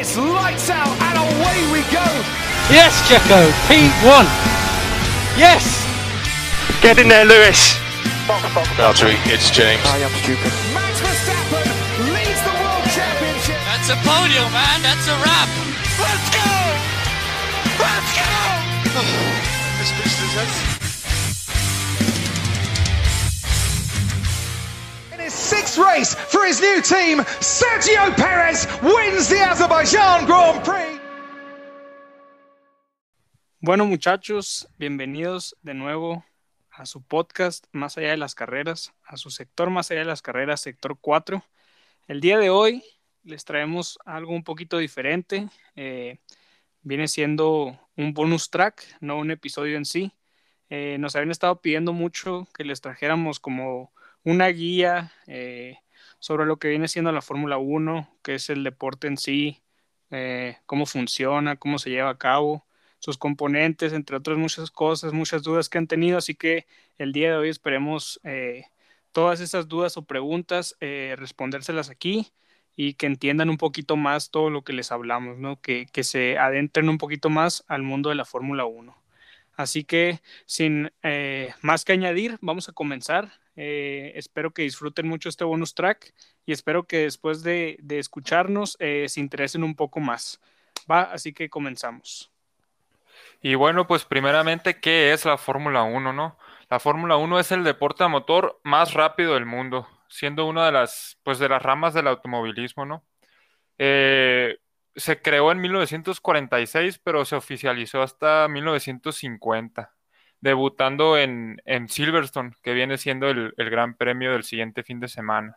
It's lights out and away we go. Yes, Checo, P1. Yes. Get in there, Lewis. Valtteri, it's James. I am stupid. Max Verstappen leads the World Championship. That's a podium, man. That's a wrap. Let's go! Let's go! In his sixth race for his new team, Sergio Perez wins the Azerbaijan Grand Prix. Bueno, muchachos, bienvenidos de nuevo a su podcast Más Allá de las Carreras, a su sector Más Allá de las Carreras, sector 4. El día de hoy les traemos algo un poquito diferente. Viene siendo un bonus track, no un episodio en sí. Nos habían estado pidiendo mucho que les trajéramos como una guía sobre lo que viene siendo la Fórmula 1, que es el deporte en sí, cómo funciona, cómo se lleva a cabo, sus componentes, entre otras muchas cosas, muchas dudas que han tenido, así que el día de hoy esperemos todas esas dudas o preguntas respondérselas aquí y que entiendan un poquito más todo lo que les hablamos, ¿no? Que se adentren un poquito más al mundo de la Fórmula 1. Así que sin más que añadir, vamos a comenzar. Espero que disfruten mucho este bonus track y espero que después de escucharnos se interesen un poco más. Va, así que comenzamos. Y bueno, pues primeramente, ¿qué es la Fórmula 1, no? La Fórmula 1 es el deporte a motor más rápido del mundo, siendo una de las ramas del automovilismo, ¿no? Se creó en 1946, pero se oficializó hasta 1950, debutando en Silverstone, que viene siendo el gran premio del siguiente fin de semana.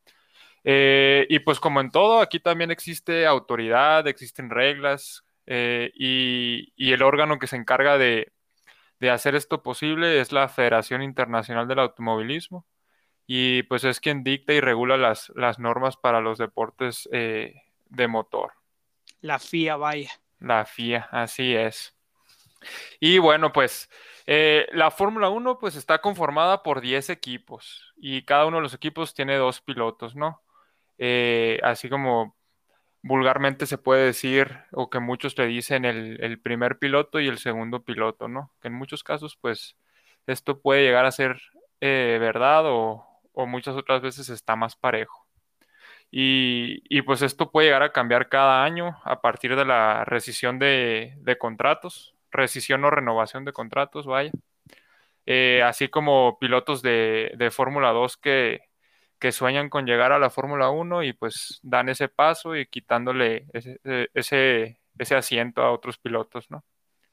Y pues como en todo, aquí también existe autoridad, existen reglas, y el órgano que se encarga de hacer esto posible es la Federación Internacional del Automovilismo, y pues es quien dicta y regula las normas para los deportes de motor. La FIA, vaya. La FIA, así es. Y bueno, pues la Fórmula 1 pues está conformada por 10 equipos y cada uno de los equipos tiene 2 pilotos, ¿no? Así como vulgarmente se puede decir, o que muchos le dicen el primer piloto y el segundo piloto, ¿no? Que en muchos casos pues esto puede llegar a ser verdad o muchas otras veces está más parejo. Y pues esto puede llegar a cambiar cada año a partir de la rescisión de contratos, rescisión o renovación de contratos, vaya. Así como pilotos de Fórmula 2 que sueñan con llegar a la Fórmula 1 y pues dan ese paso y quitándole ese asiento a otros pilotos, ¿no?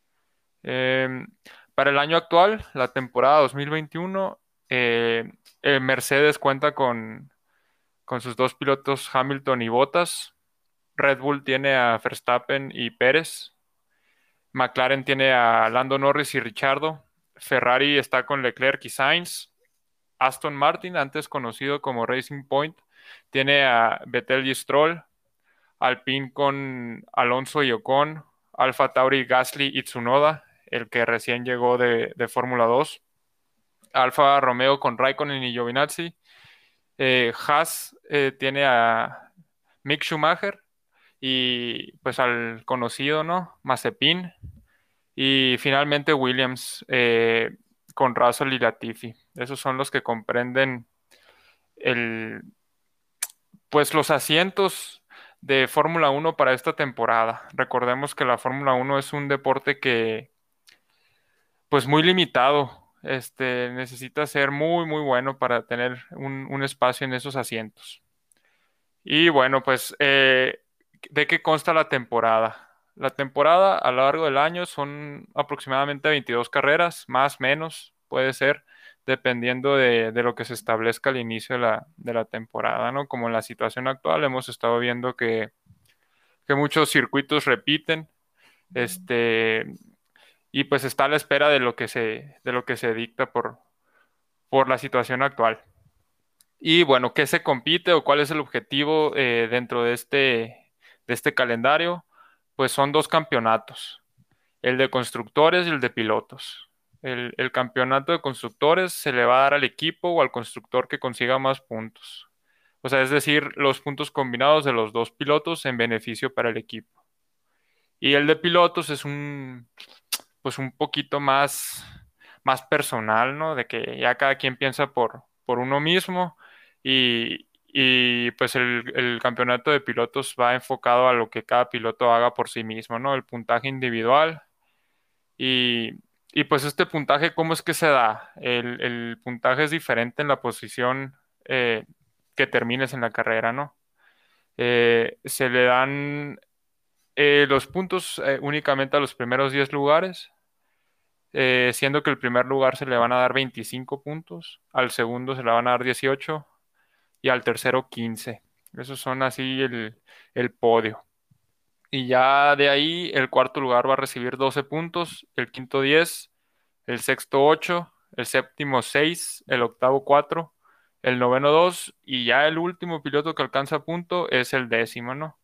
Para el año actual, la temporada 2021, Mercedes cuenta con sus 2 pilotos, Hamilton y Bottas. Red Bull tiene a Verstappen y Pérez. McLaren tiene a Lando Norris y Ricciardo. Ferrari está con Leclerc y Sainz. Aston Martin, antes conocido como Racing Point, tiene a Vettel y Stroll. Alpine con Alonso y Ocon. Alfa Tauri, Gasly y Tsunoda, el que recién llegó de Fórmula 2. Alfa Romeo con Raikkonen y Giovinazzi. Haas tiene a Mick Schumacher y pues al conocido, ¿no? Mazepin. Y finalmente Williams con Russell y Latifi. Esos son los que comprenden pues los asientos de Fórmula 1 para esta temporada. Recordemos que la Fórmula 1 es un deporte que pues muy limitado. Necesita ser muy muy bueno para tener un espacio en esos asientos. Y bueno, pues ¿de qué consta la temporada? La temporada a lo largo del año son aproximadamente 22 carreras, más, menos, puede ser, dependiendo de lo que se establezca al inicio de la temporada, ¿no? Como en la situación actual hemos estado viendo que muchos circuitos repiten, y pues está a la espera de lo que se dicta por la situación actual. Y bueno, ¿qué se compite o cuál es el objetivo dentro de este calendario? Pues son 2 campeonatos, el de constructores y el de pilotos. El campeonato de constructores se le va a dar al equipo o al constructor que consiga más puntos. O sea, es decir, los puntos combinados de los dos pilotos en beneficio para el equipo. Y el de pilotos es pues un poquito más personal, ¿no? De que ya cada quien piensa por uno mismo y pues el campeonato de pilotos va enfocado a lo que cada piloto haga por sí mismo, ¿no? El puntaje individual y, y pues este puntaje, ¿cómo es que se da? El puntaje es diferente en la posición que termines en la carrera, ¿no? Se le dan los puntos únicamente a los primeros 10 lugares, siendo que el primer lugar se le van a dar 25 puntos, al segundo se le van a dar 18 y al tercero 15. Esos son así el podio. Y ya de ahí el cuarto lugar va a recibir 12 puntos, el quinto 10, el sexto 8, el séptimo 6, el octavo 4, el noveno 2 y ya el último piloto que alcanza punto es el décimo, ¿no?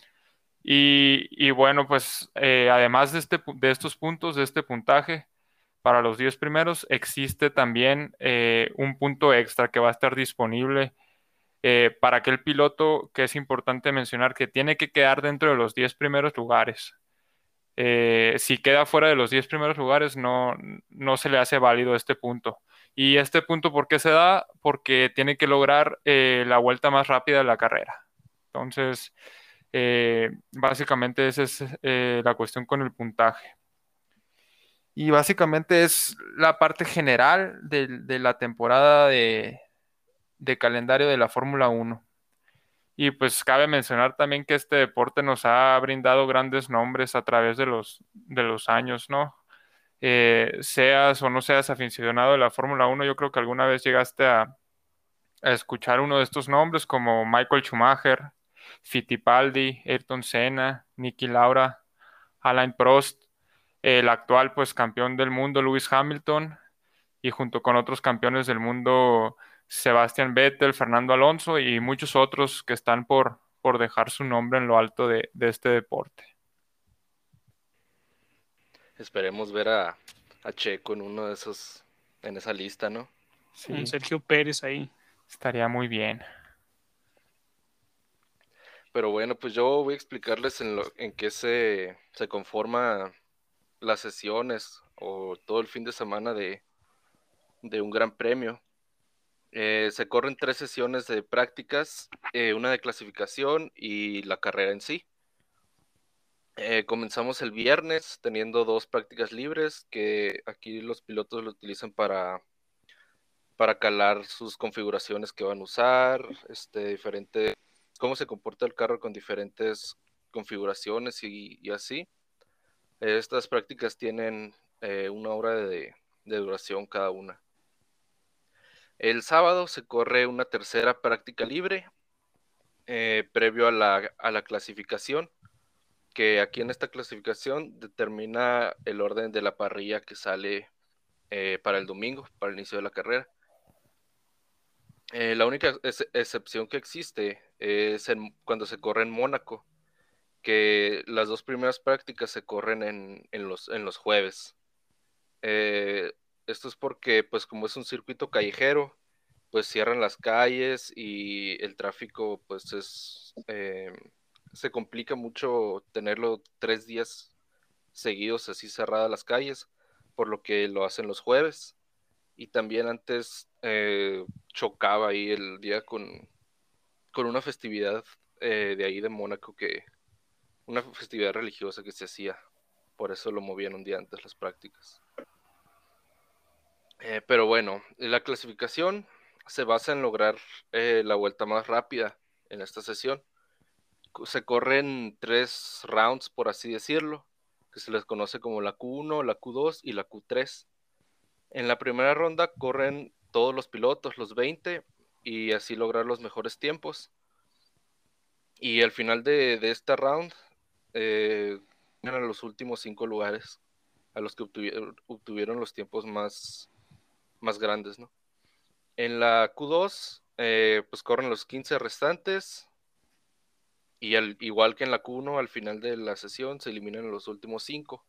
Y bueno, pues además de estos puntos, de este puntaje, para los 10 primeros existe también un punto extra que va a estar disponible para aquel piloto que es importante mencionar que tiene que quedar dentro de los 10 primeros lugares. Si queda fuera de los 10 primeros lugares, no se le hace válido este punto. ¿Y este punto por qué se da? Porque tiene que lograr la vuelta más rápida de la carrera. Entonces, básicamente esa es la cuestión con el puntaje. Y básicamente es la parte general de la temporada de calendario de la Fórmula 1. Y pues cabe mencionar también que este deporte nos ha brindado grandes nombres a través de los años, ¿no? Seas o no seas aficionado de la Fórmula 1, yo creo que alguna vez llegaste a escuchar uno de estos nombres como Michael Schumacher, Fittipaldi, Ayrton Senna, Niki Lauda, Alain Prost, el actual pues campeón del mundo Lewis Hamilton y junto con otros campeones del mundo Sebastian Vettel, Fernando Alonso y muchos otros que están por dejar su nombre en lo alto de este deporte. Esperemos ver a Checo en uno de esos, en esa lista, ¿no? Sí, Un Sergio Pérez ahí. estaría muy bien. Pero bueno, pues yo voy a explicarles en qué se conforma las sesiones o todo el fin de semana de un gran premio. Se corren 3 sesiones de prácticas, una de clasificación y la carrera en sí. Comenzamos el viernes teniendo 2 prácticas libres que aquí los pilotos lo utilizan para calar sus configuraciones que van a usar, cómo se comporta el carro con diferentes configuraciones y así. Estas prácticas tienen 1 hora de duración cada una. El sábado se corre una tercera práctica libre previo a la clasificación, que aquí en esta clasificación determina el orden de la parrilla que sale para el domingo, para el inicio de la carrera. La única excepción que existe es cuando se corre en Mónaco, que las 2 primeras prácticas se corren en los jueves. Esto es porque, pues como es un circuito callejero, pues cierran las calles y el tráfico, pues se complica mucho tenerlo 3 días seguidos así cerradas las calles, por lo que lo hacen los jueves. Y también antes chocaba ahí el día con una festividad de ahí de Mónaco, una festividad religiosa que se hacía, por eso lo movían un día antes las prácticas. Pero bueno, la clasificación se basa en lograr la vuelta más rápida en esta sesión. Se corren 3 rounds, por así decirlo, que se les conoce como la Q1, la Q2 y la Q3. En la primera ronda corren todos los pilotos, los 20, y así lograr los mejores tiempos. Y al final de esta round, ganan los últimos 5 lugares, a los que obtuvieron los tiempos más grandes, ¿no? En la Q2, pues corren los 15 restantes, y igual que en la Q1, al final de la sesión se eliminan los últimos 5.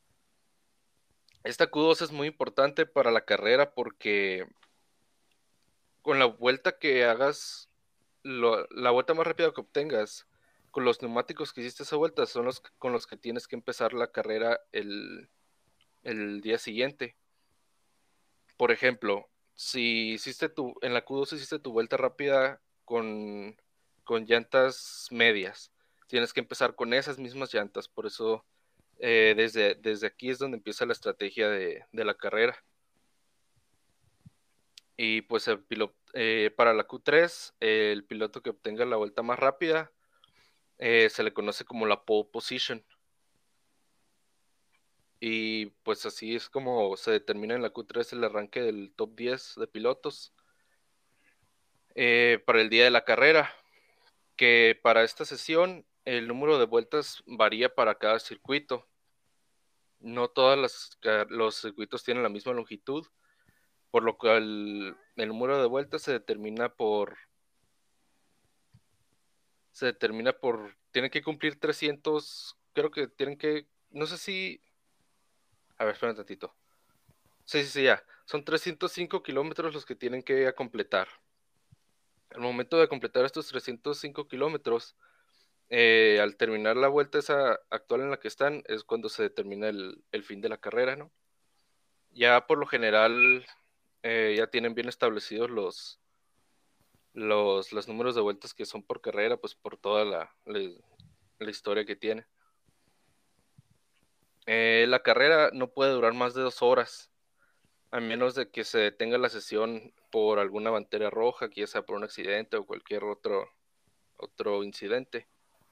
Esta Q2 es muy importante para la carrera porque con la vuelta que hagas la vuelta más rápida que obtengas con los neumáticos que hiciste esa vuelta son los con los que tienes que empezar la carrera el día siguiente. Por ejemplo, si en la Q2 hiciste tu vuelta rápida con llantas medias, tienes que empezar con esas mismas llantas. Por eso desde aquí es donde empieza la estrategia de la carrera. Y pues para la Q3, el piloto que obtenga la vuelta más rápida se le conoce como la pole position. Y pues así es como se determina en la Q3 el arranque del top 10 de pilotos para el día de la carrera, que para esta sesión el número de vueltas varía para cada circuito. No todos los circuitos tienen la misma longitud, por lo cual el número de vueltas se determina por... Tienen que cumplir 300, creo que tienen que... No sé si... A ver, espera un tantito. Sí, ya. Son 305 kilómetros los que tienen que completar. Al momento de completar estos 305 kilómetros, al terminar la vuelta esa actual en la que están, es cuando se determina el fin de la carrera, ¿no? Ya por lo general, ya tienen bien establecidos los números de vueltas que son por carrera, pues por toda la historia que tiene. La carrera no puede durar más de 2 horas, a menos de que se detenga la sesión por alguna bandera roja, que ya sea por un accidente o cualquier otro incidente.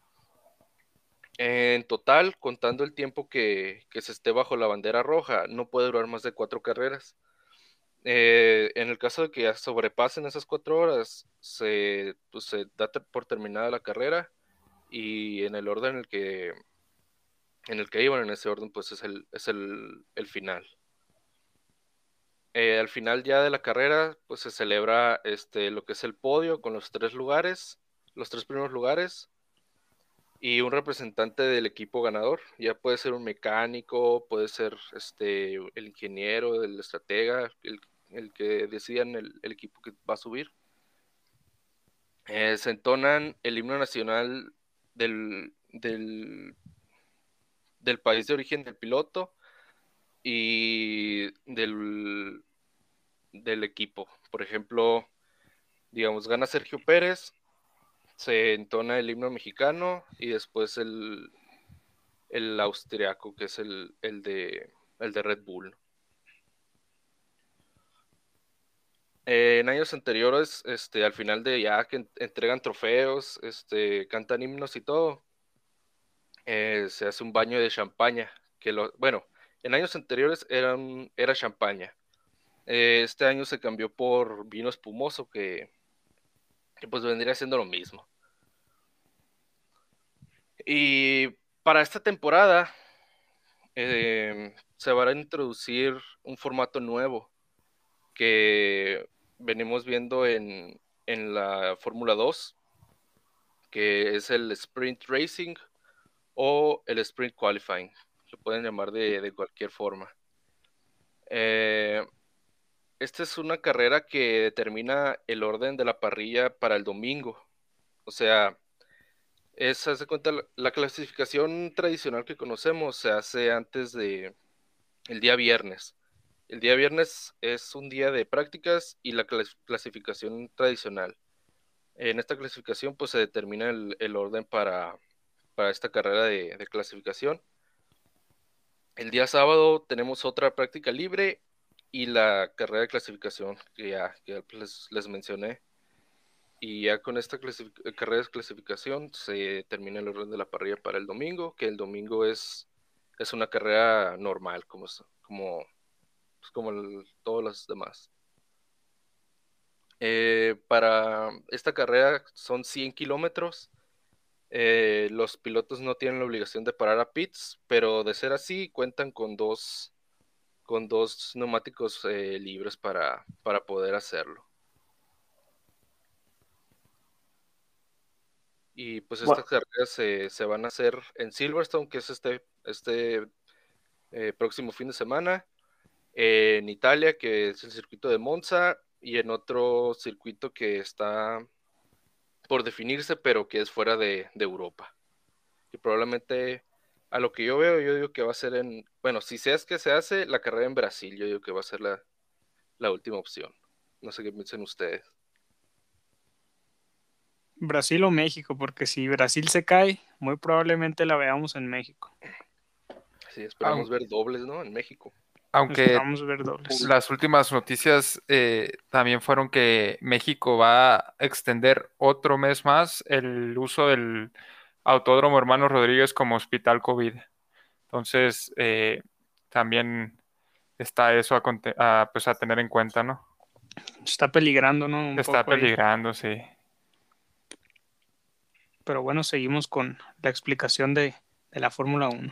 En total, contando el tiempo que se esté bajo la bandera roja, no puede durar más de 4 carreras. En el caso de que ya sobrepasen esas 4 horas, pues, se da por terminada la carrera, y en el orden en el que iban, en ese orden, pues es el final. Al final ya de la carrera, pues se celebra lo que es el podio con los 3 primeros lugares, y un representante del equipo ganador. Ya puede ser un mecánico, puede ser el ingeniero, el estratega, el que decidan el equipo que va a subir. Se entonan el himno nacional del país de origen del piloto y del equipo. Por ejemplo, digamos, gana Sergio Pérez, se entona el himno mexicano y después el austriaco, que es el de Red Bull. En años anteriores, al final de ya que entregan trofeos, cantan himnos y todo, se hace un baño de champaña. Bueno, en años anteriores era champaña. Este año se cambió por vino espumoso, que pues vendría siendo lo mismo. Y para esta temporada se va a introducir un formato nuevo que venimos viendo en la Fórmula 2, que es el Sprint Racing o el Sprint Qualifying. Lo pueden llamar de cualquier forma. Esta es una carrera que determina el orden de la parrilla para el domingo. O sea, haz de cuenta, la clasificación tradicional que conocemos se hace antes de el día viernes. El día viernes es un día de prácticas y la clasificación tradicional. En esta clasificación pues se determina el orden para esta carrera de clasificación. El día sábado tenemos otra práctica libre y la carrera de clasificación que ya les mencioné. Y ya con esta carrera de clasificación se termina el orden de la parrilla para el domingo, que el domingo es una carrera normal, como todos los demás. Para esta carrera son 100 kilómetros. Los pilotos no tienen la obligación de parar a pits, pero de ser así cuentan con dos neumáticos libres para poder hacerlo. Y pues estas carreras se van a hacer en Silverstone, que es este próximo fin de semana, en Italia, que es el circuito de Monza, y en otro circuito que está por definirse, pero que es fuera de Europa. Y probablemente, a lo que yo veo, yo digo que va a ser bueno, si es que se hace la carrera en Brasil, yo digo que va a ser la última opción. No sé qué piensan ustedes. Brasil o México, porque si Brasil se cae, muy probablemente la veamos en México. Sí, esperamos ver dobles, ¿no? En México. Aunque Esperamos ver dobles. las últimas noticias también fueron que México va a extender otro mes más el uso del Autódromo Hermanos Rodríguez como hospital COVID. Entonces, también está eso pues a tener en cuenta, ¿no? Está peligrando, ¿no? Un Está poco ahí. peligrando, sí. Pero bueno, seguimos con la explicación de la Fórmula 1.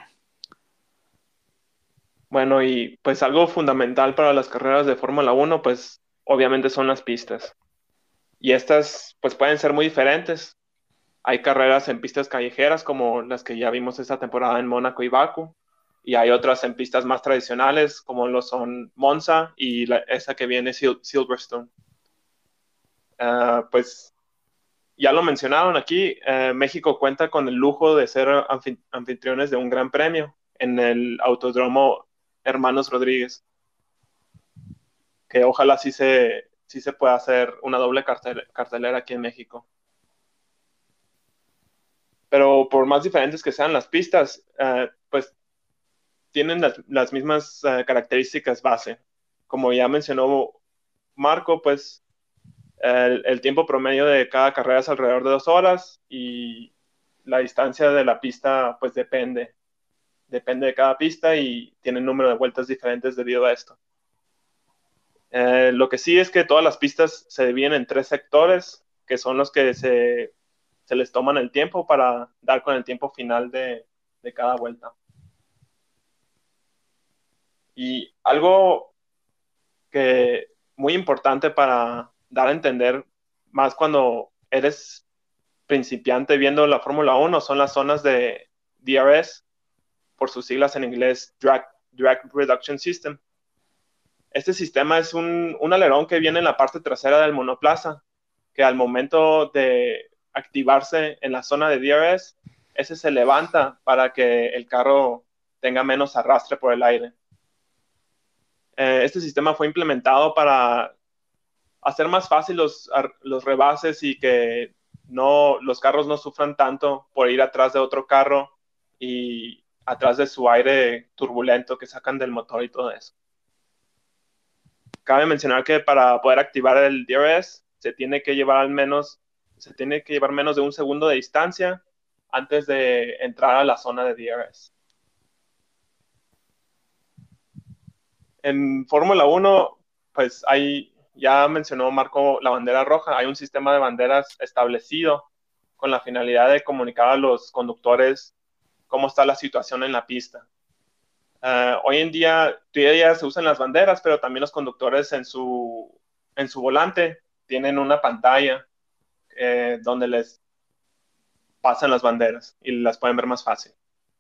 Bueno, y pues algo fundamental para las carreras de Fórmula 1, pues obviamente son las pistas. Y estas pues pueden ser muy diferentes. Hay carreras en pistas callejeras como las que ya vimos esta temporada en Mónaco y Bakú, y hay otras en pistas más tradicionales como lo son Monza y esa que viene Silverstone. Pues ya lo mencionaron aquí, México cuenta con el lujo de ser anfitriones de un gran premio en el Autódromo Hermanos Rodríguez, que ojalá sí se pueda hacer una doble cartelera aquí en México. Pero por más diferentes que sean las pistas, pues tienen las mismas características base. Como ya mencionó Marco, pues el tiempo promedio de cada carrera es alrededor de 2 horas y la distancia de la pista pues depende de cada pista y tiene un número de vueltas diferentes debido a esto. Lo que sí es que todas las pistas se dividen en 3 sectores, que son los que se les toman el tiempo para dar con el tiempo final de cada vuelta. Y algo que muy importante para dar a entender más cuando eres principiante viendo la Fórmula 1 son las zonas de DRS, por sus siglas en inglés, Drag Reduction System. Este sistema es un alerón que viene en la parte trasera del monoplaza, que al momento de activarse en la zona de DRS, ese se levanta para que el carro tenga menos arrastre por el aire. Este sistema fue implementado para hacer más fácil los rebases y que los carros no sufran tanto por ir atrás de otro carro y atrás de su aire turbulento que sacan del motor y todo eso. Cabe mencionar que para poder activar el DRS se tiene que llevar menos de un segundo de distancia antes de entrar a la zona de DRS. En Fórmula 1, pues ya mencionó Marco la bandera roja, hay un sistema de banderas establecido con la finalidad de comunicar a los conductores cómo está la situación en la pista. Hoy en día todavía se usan las banderas, pero también los conductores en su volante tienen una pantalla donde les pasan las banderas y las pueden ver más fácil.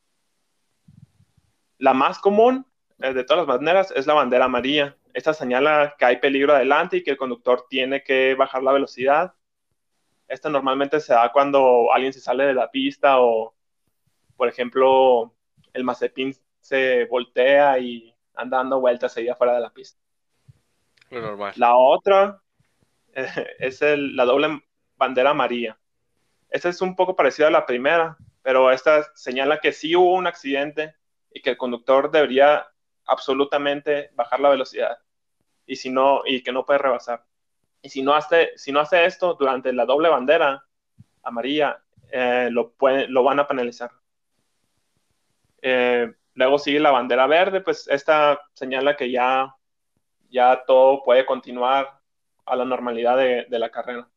La más común de todas las banderas es la bandera amarilla. Esta señala que hay peligro adelante y que el conductor tiene que bajar la velocidad. Esta normalmente se da cuando alguien se sale de la pista o, por ejemplo, el Mazepin se voltea y anda dando vueltas ahí afuera de la pista. Lo normal. La otra es la doble bandera amarilla. Esta es un poco parecida a la primera, pero esta señala que sí hubo un accidente y que el conductor debería absolutamente bajar la velocidad y que no puede rebasar. Y si no hace esto durante la doble bandera amarilla, lo van a penalizar. Luego sigue la bandera verde, pues esta señala que ya todo puede continuar a la normalidad de la carrera.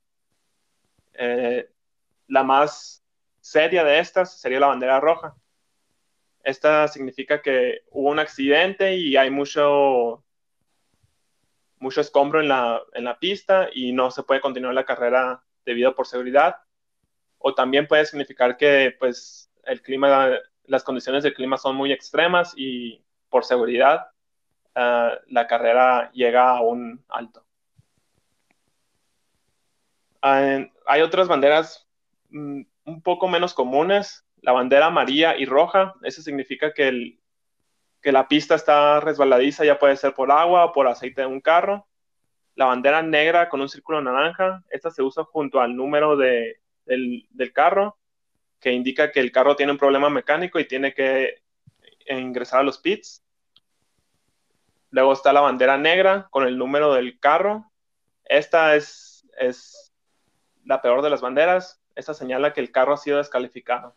La más seria de estas sería la bandera roja. Esta significa que hubo un accidente y hay mucho escombro en la pista y no se puede continuar la carrera debido por seguridad. O también puede significar que pues las condiciones del clima son muy extremas y por seguridad la carrera llega a un alto. hay otras banderas un poco menos comunes. La bandera amarilla y roja, eso significa que la pista está resbaladiza, ya puede ser por agua o por aceite de un carro. La bandera negra con un círculo naranja, esta se usa junto al número del carro, que indica que el carro tiene un problema mecánico y tiene que ingresar a los pits. Luego está la bandera negra con el número del carro. Esta es la peor de las banderas. Esta señala que el carro ha sido descalificado.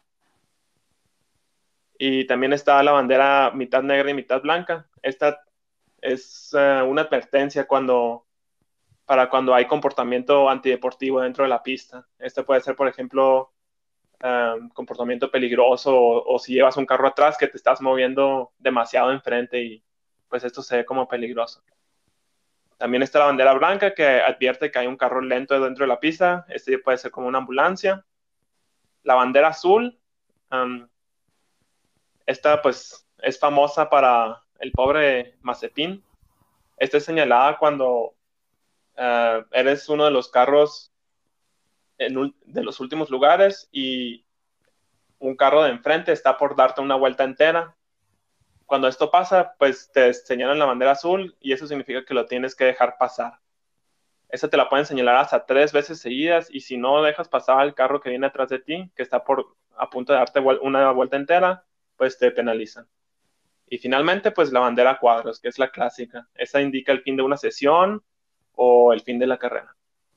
Y también está la bandera mitad negra y mitad blanca. Esta es una advertencia para cuando hay comportamiento antideportivo dentro de la pista. Este puede ser, por ejemplo, comportamiento peligroso o si llevas un carro atrás que te estás moviendo demasiado enfrente y pues esto se ve como peligroso. También está la bandera blanca que advierte que hay un carro lento dentro de la pista. Este puede ser como una ambulancia. La bandera azul, esta pues es famosa para el pobre Mazepin. Esta es señalada cuando eres uno de los carros de los últimos lugares y un carro de enfrente está por darte una vuelta entera. Cuando esto pasa, pues te señalan la bandera azul y eso significa que lo tienes que dejar pasar. Esa te la pueden señalar hasta 3 veces seguidas y si no dejas pasar al carro que viene atrás de ti, que está a punto de darte una vuelta entera, pues te penalizan. Y finalmente, pues la bandera a cuadros, que es la clásica. Esa indica el fin de una sesión o el fin de la carrera.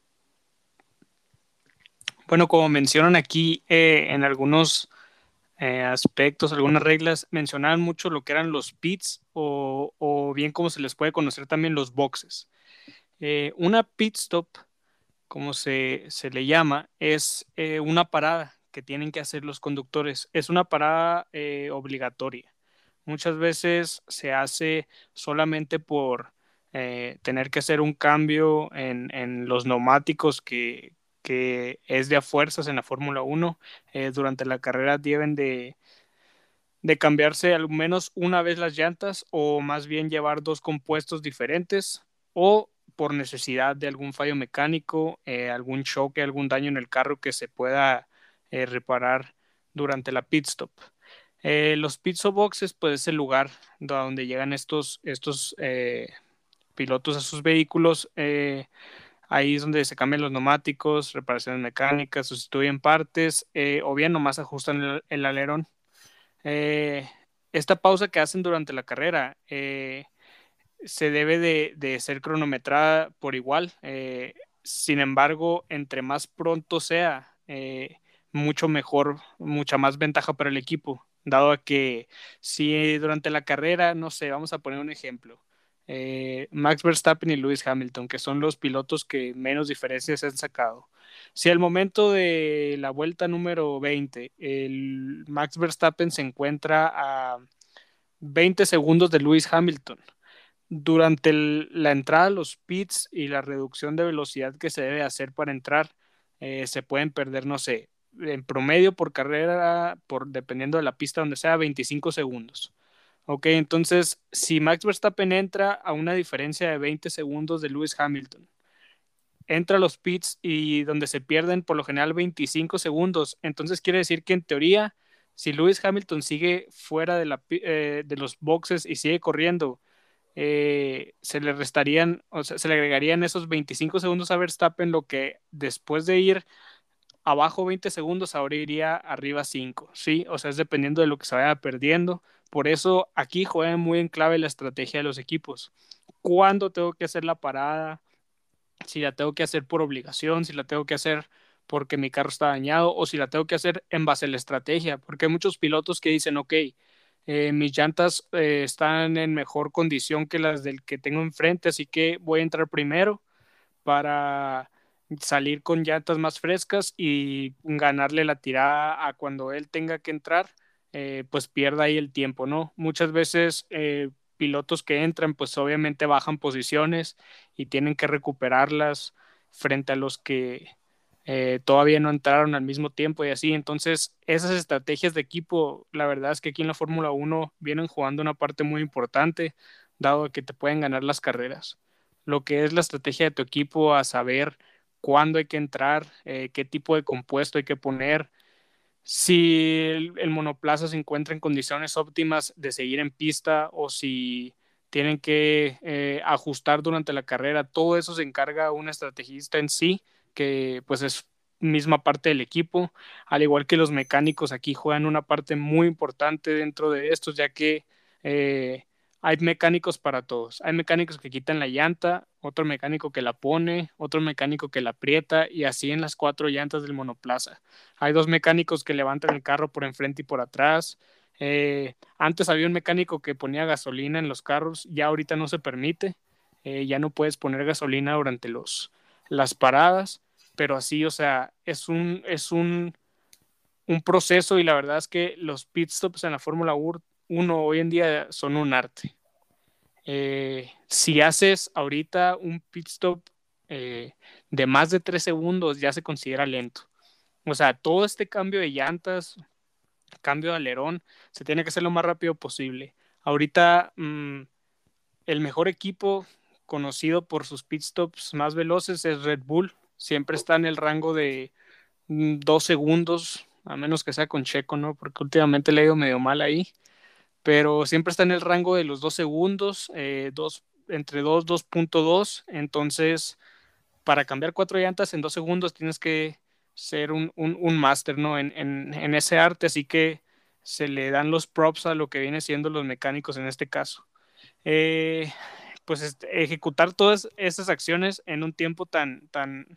Bueno, como mencionan aquí en algunos aspectos, algunas reglas, mencionaban mucho lo que eran los pits o bien como se les puede conocer también los boxes. Una pit stop, como se le llama, es una parada que tienen que hacer los conductores. Es una parada obligatoria. Muchas veces se hace solamente por tener que hacer un cambio en los neumáticos que es de a fuerzas en la Fórmula 1. Durante la carrera deben de cambiarse al menos una vez las llantas o más bien llevar 2 compuestos diferentes o por necesidad de algún fallo mecánico, algún choque, algún daño en el carro que se pueda reparar durante la pit stop. Los pit stop boxes pues es el lugar donde llegan estos pilotos a sus vehículos. Ahí es donde se cambian los neumáticos, reparaciones mecánicas, sustituyen partes o bien nomás ajustan el alerón. Esta pausa que hacen durante la carrera se debe de ser cronometrada por igual. Sin embargo, entre más pronto sea, mucho mejor, mucha más ventaja para el equipo, dado a que si durante la carrera, no sé, vamos a poner un ejemplo, Max Verstappen y Lewis Hamilton, que son los pilotos que menos diferencias han sacado. Si al momento de la vuelta número 20, el Max Verstappen se encuentra a 20 segundos de Lewis Hamilton, durante la entrada a los pits y la reducción de velocidad que se debe hacer para entrar, se pueden perder, no sé, en promedio por carrera, dependiendo de la pista donde sea, 25 segundos. Ok, entonces, si Max Verstappen entra a una diferencia de 20 segundos de Lewis Hamilton, entra a los pits y donde se pierden por lo general 25 segundos, entonces quiere decir que en teoría, si Lewis Hamilton sigue fuera de los boxes y sigue corriendo, se le restarían, o sea, se le agregarían esos 25 segundos a Verstappen, lo que después de ir abajo 20 segundos, ahora iría arriba 5, ¿sí? O sea, es dependiendo de lo que se vaya perdiendo. Por eso aquí juega muy en clave la estrategia de los equipos. ¿Cuándo tengo que hacer la parada? Si la tengo que hacer por obligación, si la tengo que hacer porque mi carro está dañado o si la tengo que hacer en base a la estrategia, porque hay muchos pilotos que dicen, ok, mis llantas están en mejor condición que las del que tengo enfrente, así que voy a entrar primero para salir con llantas más frescas y ganarle la tirada a cuando él tenga que entrar, pues pierda ahí el tiempo, ¿no? Muchas veces pilotos que entran, pues obviamente bajan posiciones y tienen que recuperarlas frente a los que todavía no entraron al mismo tiempo y así. Entonces, esas estrategias de equipo, la verdad es que aquí en la Fórmula 1 vienen jugando una parte muy importante, dado que te pueden ganar las carreras. Lo que es la estrategia de tu equipo, a saber cuándo hay que entrar, qué tipo de compuesto hay que poner, si el monoplaza se encuentra en condiciones óptimas de seguir en pista o si tienen que ajustar durante la carrera. Todo eso se encarga un estrategista en sí, que pues es misma parte del equipo, al igual que los mecánicos aquí juegan una parte muy importante dentro de estos, ya que hay mecánicos para todos. Hay mecánicos que quitan la llanta, otro mecánico que la pone, otro mecánico que la aprieta y así en las 4 llantas del monoplaza. Hay 2 mecánicos que levantan el carro por enfrente y por atrás. Antes había un mecánico que ponía gasolina en los carros, ya ahorita no se permite. Ya no puedes poner gasolina durante las paradas, pero así, o sea, un proceso y la verdad es que los pit stops en la Fórmula 1 hoy en día son un arte. Si haces ahorita un pit stop de más de 3 segundos, ya se considera lento. O sea, todo este cambio de llantas, cambio de alerón, se tiene que hacer lo más rápido posible. Ahorita, el mejor equipo conocido por sus pit stops más veloces es Red Bull. Siempre está en el rango de 2 segundos, a menos que sea con Checo, ¿no? Porque últimamente le ha ido medio mal ahí. Pero siempre está en el rango de los 2 segundos, entre 2.2. Entonces, para cambiar 4 llantas en 2 segundos tienes que ser un máster, ¿no? En ese arte, así que se le dan los props a lo que viene siendo los mecánicos en este caso. Pues ejecutar todas esas acciones en un tiempo tan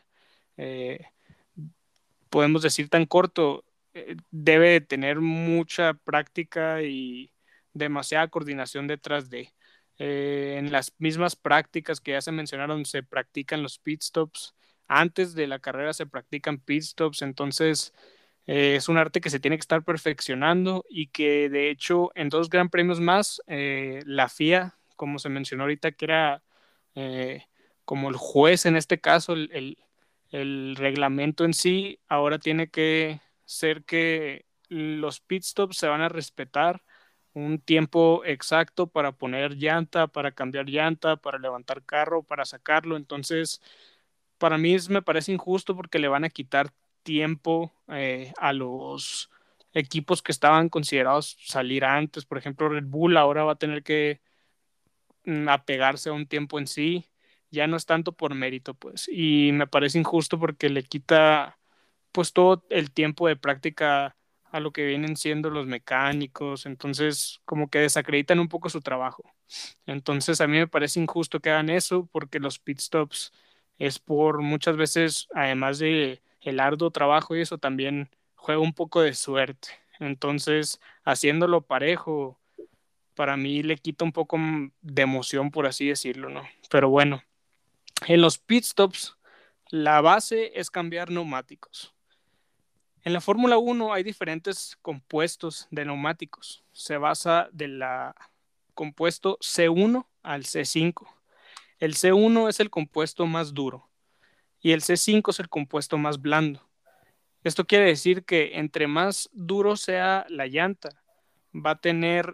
podemos decir tan corto, debe de tener mucha práctica y demasiada coordinación detrás de. En las mismas prácticas que ya se mencionaron, se practican los pit stops. Antes de la carrera se practican pit stops, entonces es un arte que se tiene que estar perfeccionando y que de hecho en 2 gran premios más, la FIA, como se mencionó ahorita, que era como el juez en este caso, el reglamento en sí, ahora tiene que ser que los pit stops se van a respetar un tiempo exacto para poner llanta, para cambiar llanta, para levantar carro, para sacarlo. Entonces, para mí me parece injusto porque le van a quitar tiempo a los equipos que estaban considerados salir antes. Por ejemplo, Red Bull ahora va a tener que apegarse a un tiempo en sí. Ya no es tanto por mérito, pues. Y me parece injusto porque le quita pues todo el tiempo de práctica a lo que vienen siendo los mecánicos, entonces como que desacreditan un poco su trabajo. Entonces a mí me parece injusto que hagan eso porque los pit stops es por muchas veces, además de el arduo trabajo y eso, también juega un poco de suerte. Entonces, haciéndolo parejo, para mí le quita un poco de emoción, por así decirlo, ¿no? Pero bueno, en los pit stops, la base es cambiar neumáticos. En la Fórmula 1 hay diferentes compuestos de neumáticos. Se basa del compuesto C1 al C5. El C1 es el compuesto más duro y el C5 es el compuesto más blando. Esto quiere decir que entre más duro sea la llanta, va a tener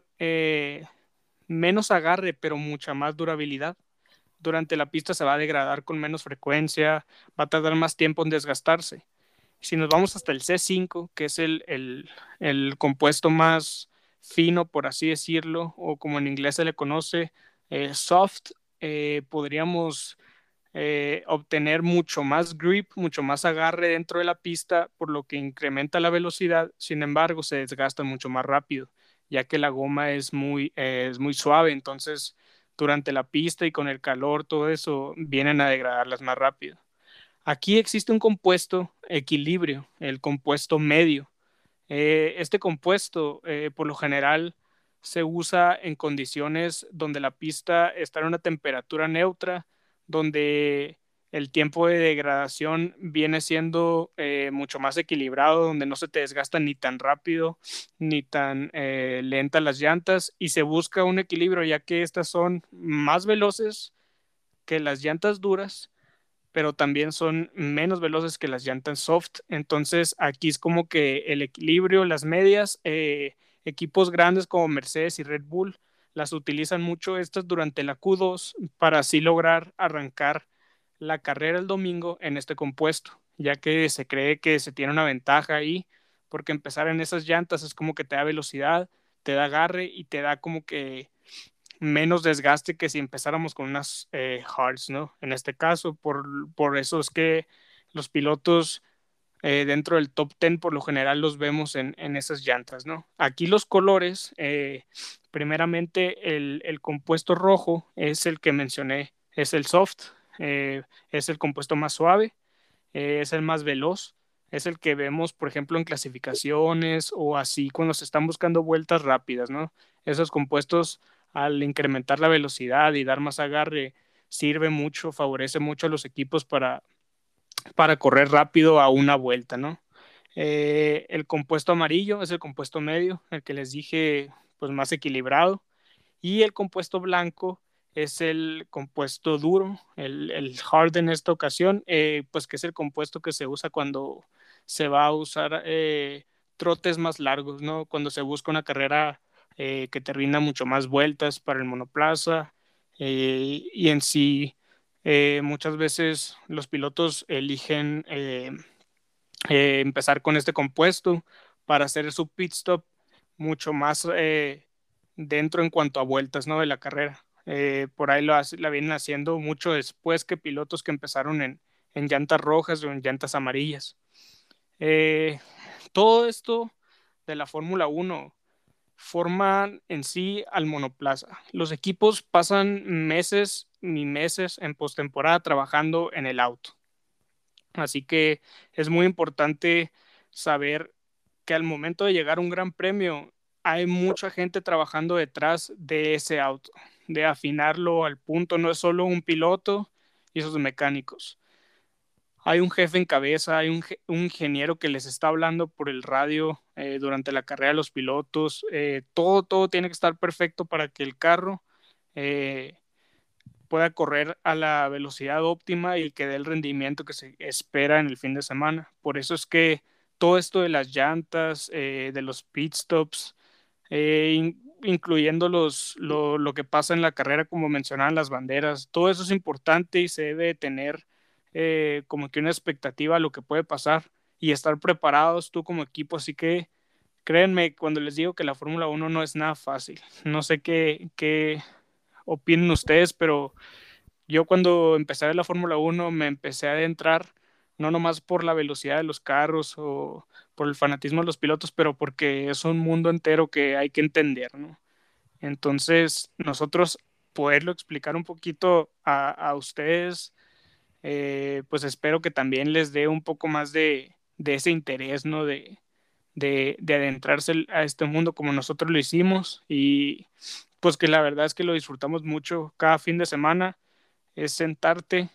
menos agarre, pero mucha más durabilidad. Durante la pista se va a degradar con menos frecuencia, va a tardar más tiempo en desgastarse. Si nos vamos hasta el C5, que es el compuesto más fino, por así decirlo, o como en inglés se le conoce, soft, podríamos obtener mucho más grip, mucho más agarre dentro de la pista, por lo que incrementa la velocidad. Sin embargo, se desgasta mucho más rápido, ya que la goma es muy suave. Entonces, durante la pista y con el calor, todo eso vienen a degradarlas más rápido. Aquí existe un compuesto equilibrio, el compuesto medio. Este compuesto, por lo general, se usa en condiciones donde la pista está en una temperatura neutra, donde el tiempo de degradación viene siendo mucho más equilibrado, donde no se te desgastan ni tan rápido ni tan lentas las llantas, y se busca un equilibrio ya que estas son más veloces que las llantas duras, pero también son menos veloces que las llantas soft. Entonces aquí es como que el equilibrio, las medias, equipos grandes como Mercedes y Red Bull las utilizan mucho estas durante la Q2 para así lograr arrancar la carrera el domingo en este compuesto, ya que se cree que se tiene una ventaja ahí, porque empezar en esas llantas es como que te da velocidad, te da agarre y te da como que menos desgaste que si empezáramos con unas hards, ¿no? En este caso, por eso es que los pilotos dentro del top 10 por lo general los vemos en esas llantas, ¿no? Aquí los colores, primeramente el compuesto rojo es el que mencioné, es el soft, es el compuesto más suave, es el más veloz, es el que vemos, por ejemplo, en clasificaciones o así cuando se están buscando vueltas rápidas, ¿no? Esos compuestos, al incrementar la velocidad y dar más agarre, sirve mucho, favorece mucho a los equipos para correr rápido a una vuelta, ¿no? El compuesto amarillo es el compuesto medio, el que les dije, pues más equilibrado, y el compuesto blanco es el compuesto duro, el hard en esta ocasión, pues que es el compuesto que se usa cuando se va a usar trotes más largos, ¿no? Cuando se busca una carrera que te rinda mucho más vueltas para el monoplaza y en sí muchas veces los pilotos eligen empezar con este compuesto para hacer su pit stop mucho más dentro en cuanto a vueltas, ¿no? De la carrera. Por ahí la vienen haciendo mucho después que pilotos que empezaron en llantas rojas o en llantas amarillas. Eh, Todo esto de la Fórmula 1 forman en sí al monoplaza. Los equipos pasan meses ni meses en postemporada trabajando en el auto. Así que es muy importante saber que al momento de llegar a un gran premio hay mucha gente trabajando detrás de ese auto, de afinarlo al punto. No es solo un piloto y esos mecánicos. Hay un jefe en cabeza, hay un ingeniero que les está hablando por el radio durante la carrera de los pilotos. Todo tiene que estar perfecto para que el carro pueda correr a la velocidad óptima y que dé el rendimiento que se espera en el fin de semana. Por eso es que todo esto de las llantas, de los pit stops, incluyendo lo que pasa en la carrera, como mencionaban las banderas, todo eso es importante y se debe tener como que una expectativa a lo que puede pasar y estar preparados tú como equipo. Así que créanme cuando les digo que la Fórmula 1 no es nada fácil. No sé qué opinen ustedes, pero yo cuando empecé a ver la Fórmula 1 me empecé a adentrar no nomás por la velocidad de los carros o por el fanatismo de los pilotos, pero porque es un mundo entero que hay que entender, ¿no? Entonces, nosotros poderlo explicar un poquito a ustedes, pues espero que también les dé un poco más de ese interés, ¿no? De adentrarse a este mundo como nosotros lo hicimos y pues que la verdad es que lo disfrutamos mucho cada fin de semana es sentarte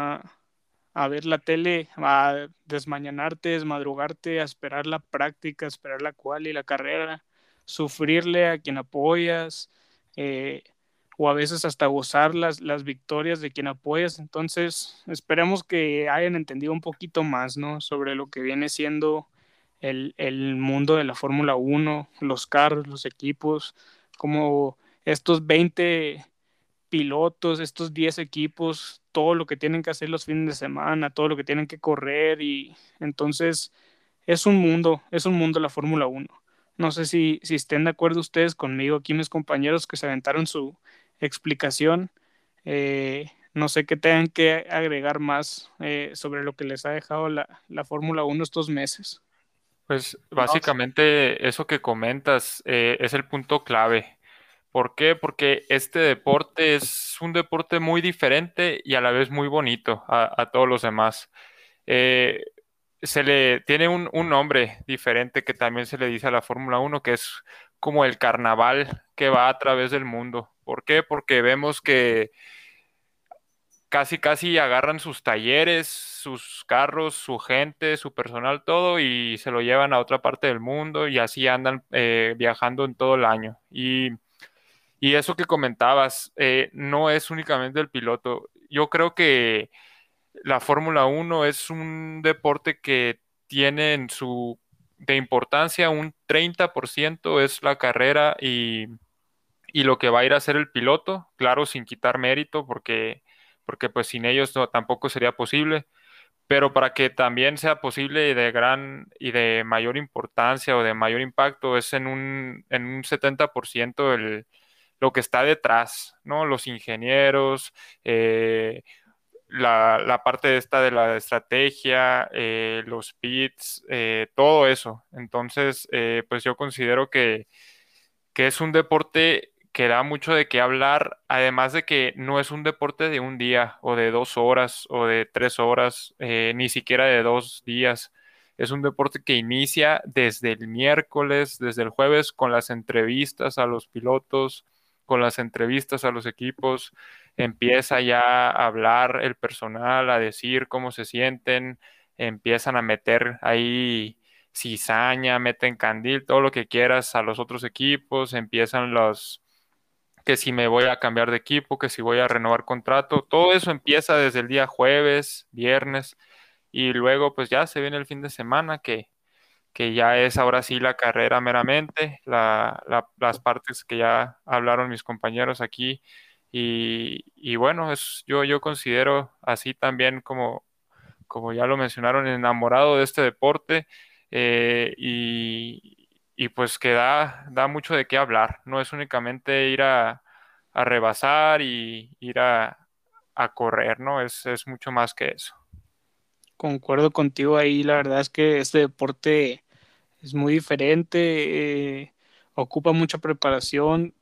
a ver la tele, a desmañanarte, desmadrugarte, a esperar la práctica, a esperar la quali y la carrera, sufrirle a quien apoyas, eh, o a veces hasta gozar las victorias de quien apoyas. Entonces, esperemos que hayan entendido un poquito más, ¿no? Sobre lo que viene siendo el mundo de la Fórmula 1, los carros, los equipos, como estos 20 pilotos, estos 10 equipos, todo lo que tienen que hacer los fines de semana, todo lo que tienen que correr y entonces es un mundo la Fórmula 1. No sé si estén de acuerdo ustedes conmigo, aquí mis compañeros que se aventaron su explicación. No sé qué tengan que agregar más sobre lo que les ha dejado la Fórmula 1 estos meses. Pues básicamente eso que comentas es el punto clave. ¿Por qué? Porque este deporte es un deporte muy diferente y a la vez muy bonito a todos los demás. Eh, Se le tiene un nombre diferente que también se le dice a la Fórmula 1, que es como el carnaval que va a través del mundo. ¿Por qué? Porque vemos que casi agarran sus talleres, sus carros, su gente, su personal, todo y se lo llevan a otra parte del mundo y así andan viajando en todo el año. Y eso que comentabas, no es únicamente el piloto. Yo creo que la Fórmula 1 es un deporte que tiene en su de importancia un 30% es la carrera y lo que va a ir a hacer el piloto, claro, sin quitar mérito, porque porque pues sin ellos tampoco sería posible. Pero para que también sea posible y de mayor importancia o de mayor impacto es en un 70% lo que está detrás, ¿no? Los ingenieros, la parte esta de la estrategia, los pits, todo eso. Entonces, pues yo considero que es un deporte que da mucho de qué hablar, además de que no es un deporte de un día o de 2 horas o de 3 horas, ni siquiera de 2 días. Es un deporte que inicia desde el miércoles, desde el jueves, con las entrevistas a los pilotos, con las entrevistas a los equipos. Empieza ya a hablar el personal, a decir cómo se sienten, empiezan a meter ahí cizaña, meten candil, todo lo que quieras a los otros equipos, empiezan que si me voy a cambiar de equipo, que si voy a renovar contrato, todo eso empieza desde el día jueves, viernes, y luego pues ya se viene el fin de semana que ya es ahora sí la carrera meramente, las partes que ya hablaron mis compañeros aquí, y bueno, yo considero así también como ya lo mencionaron, enamorado de este deporte, y pues que da mucho de qué hablar. No es únicamente ir a rebasar y ir a correr, ¿no? Es mucho más que eso. Concuerdo contigo ahí, la verdad es que este deporte es muy diferente, ocupa mucha preparación,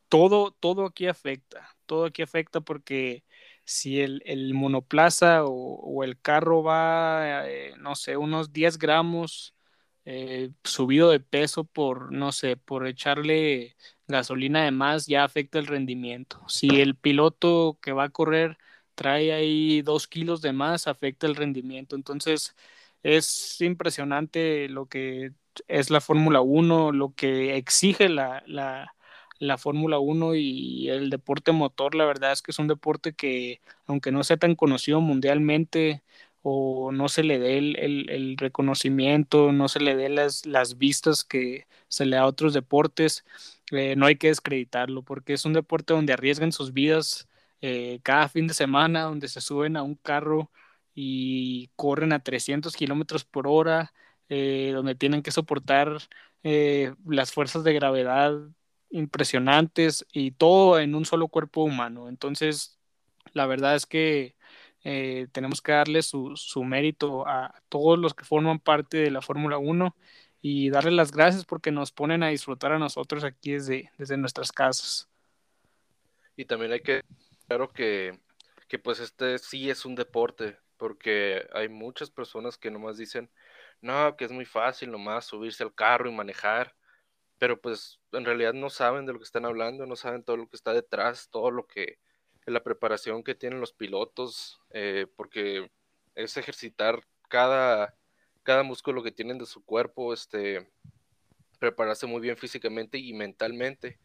todo aquí afecta porque si el monoplaza o el carro va, no sé, unos 10 gramos subido de peso por, no sé, por echarle gasolina de más, ya afecta el rendimiento. Si el piloto que va a correr trae ahí 2 kilos de más, afecta el rendimiento. Entonces, es impresionante lo que es la Fórmula Uno, lo que exige la Fórmula Uno y el deporte motor. La verdad es que es un deporte que, aunque no sea tan conocido mundialmente o no se le dé el reconocimiento, no se le dé las vistas que se le da a otros deportes, no hay que descreditarlo, porque es un deporte donde arriesgan sus vidas cada fin de semana, donde se suben a un carro y corren a 300 kilómetros por hora, donde tienen que soportar las fuerzas de gravedad impresionantes y todo en un solo cuerpo humano. Entonces, la verdad es que tenemos que darle su mérito a todos los que forman parte de la Fórmula Uno y darle las gracias porque nos ponen a disfrutar a nosotros aquí desde nuestras casas. Y también hay que, claro que pues este sí es un deporte, porque hay muchas personas que nomás dicen, no, que es muy fácil nomás subirse al carro y manejar, pero pues en realidad no saben de lo que están hablando, no saben todo lo que está detrás, todo lo que, la preparación que tienen los pilotos, porque es ejercitar cada músculo que tienen de su cuerpo, prepararse muy bien físicamente y mentalmente,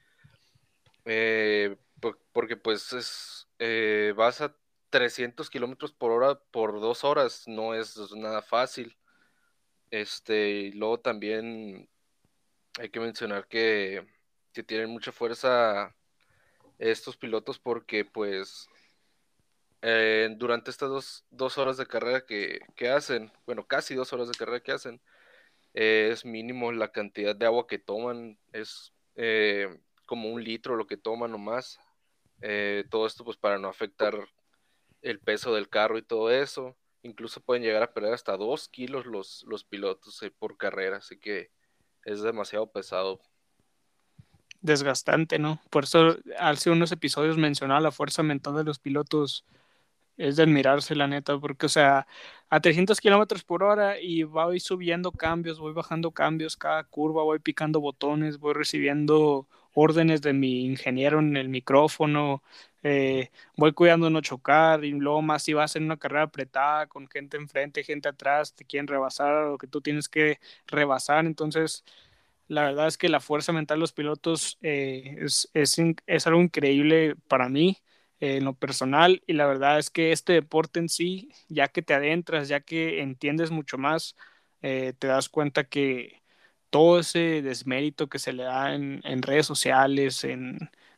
porque pues vas a 300 kilómetros por hora por 2 horas, no es nada fácil. Y luego también hay que mencionar que tienen mucha fuerza estos pilotos porque pues durante estas dos horas de carrera que hacen, bueno, casi 2 horas de carrera que hacen, es mínimo la cantidad de agua que toman, es como 1 litro lo que toman o más. Todo esto pues para no afectar el peso del carro y todo eso. Incluso pueden llegar a perder hasta 2 kilos los pilotos por carrera, así que es demasiado pesado. Desgastante, ¿no? Por eso hace unos episodios mencionaba la fuerza mental de los pilotos. Es de admirarse, la neta, porque, o sea, a 300 kilómetros por hora y voy subiendo cambios, voy bajando cambios, cada curva voy picando botones, voy recibiendo órdenes de mi ingeniero en el micrófono, voy cuidando no chocar y luego más si vas en una carrera apretada con gente enfrente, gente atrás, te quieren rebasar o que tú tienes que rebasar, entonces la verdad es que la fuerza mental de los pilotos es algo increíble para mí en lo personal y la verdad es que este deporte en sí, ya que te adentras, ya que entiendes mucho más, te das cuenta que todo ese desmérito que se le da en redes sociales,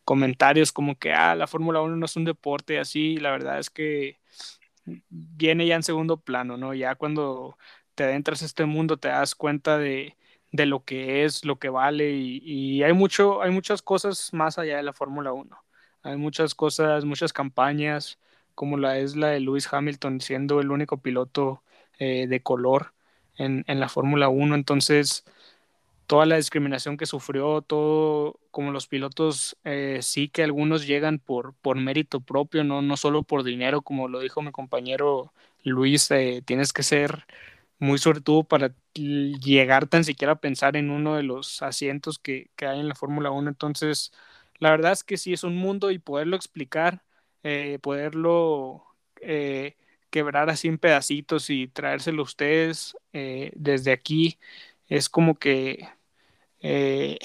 comentarios como que la Fórmula 1 no es un deporte así, la verdad es que viene ya en segundo plano, ¿no? Ya cuando te adentras a este mundo te das cuenta de lo que es, lo que vale y hay muchas cosas más allá de la Fórmula 1. Hay muchas cosas, muchas campañas, como la de Lewis Hamilton siendo el único piloto de color en la Fórmula 1. Entonces, toda la discriminación que sufrió, todo, como los pilotos, sí que algunos llegan por mérito propio, no solo por dinero, como lo dijo mi compañero Luis, tienes que ser muy suertudo para llegar tan siquiera a pensar en uno de los asientos que hay en la Fórmula 1. Entonces, la verdad es que sí es un mundo y poderlo explicar, poderlo quebrar así en pedacitos y traérselo a ustedes desde aquí, es como que eh,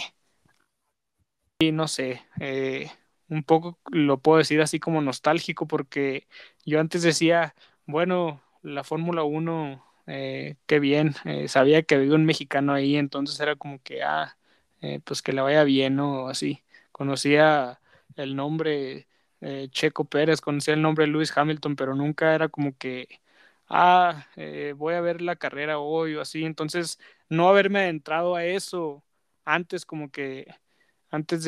y no sé, un poco lo puedo decir así como nostálgico porque yo antes decía, bueno, la Fórmula 1, qué bien, sabía que había un mexicano ahí, entonces era como que, pues que le vaya bien, ¿no? Así, conocía el nombre Checo Pérez, conocía el nombre Lewis Hamilton, pero nunca era como que, voy a ver la carrera hoy o así, entonces no haberme adentrado a eso antes como que antes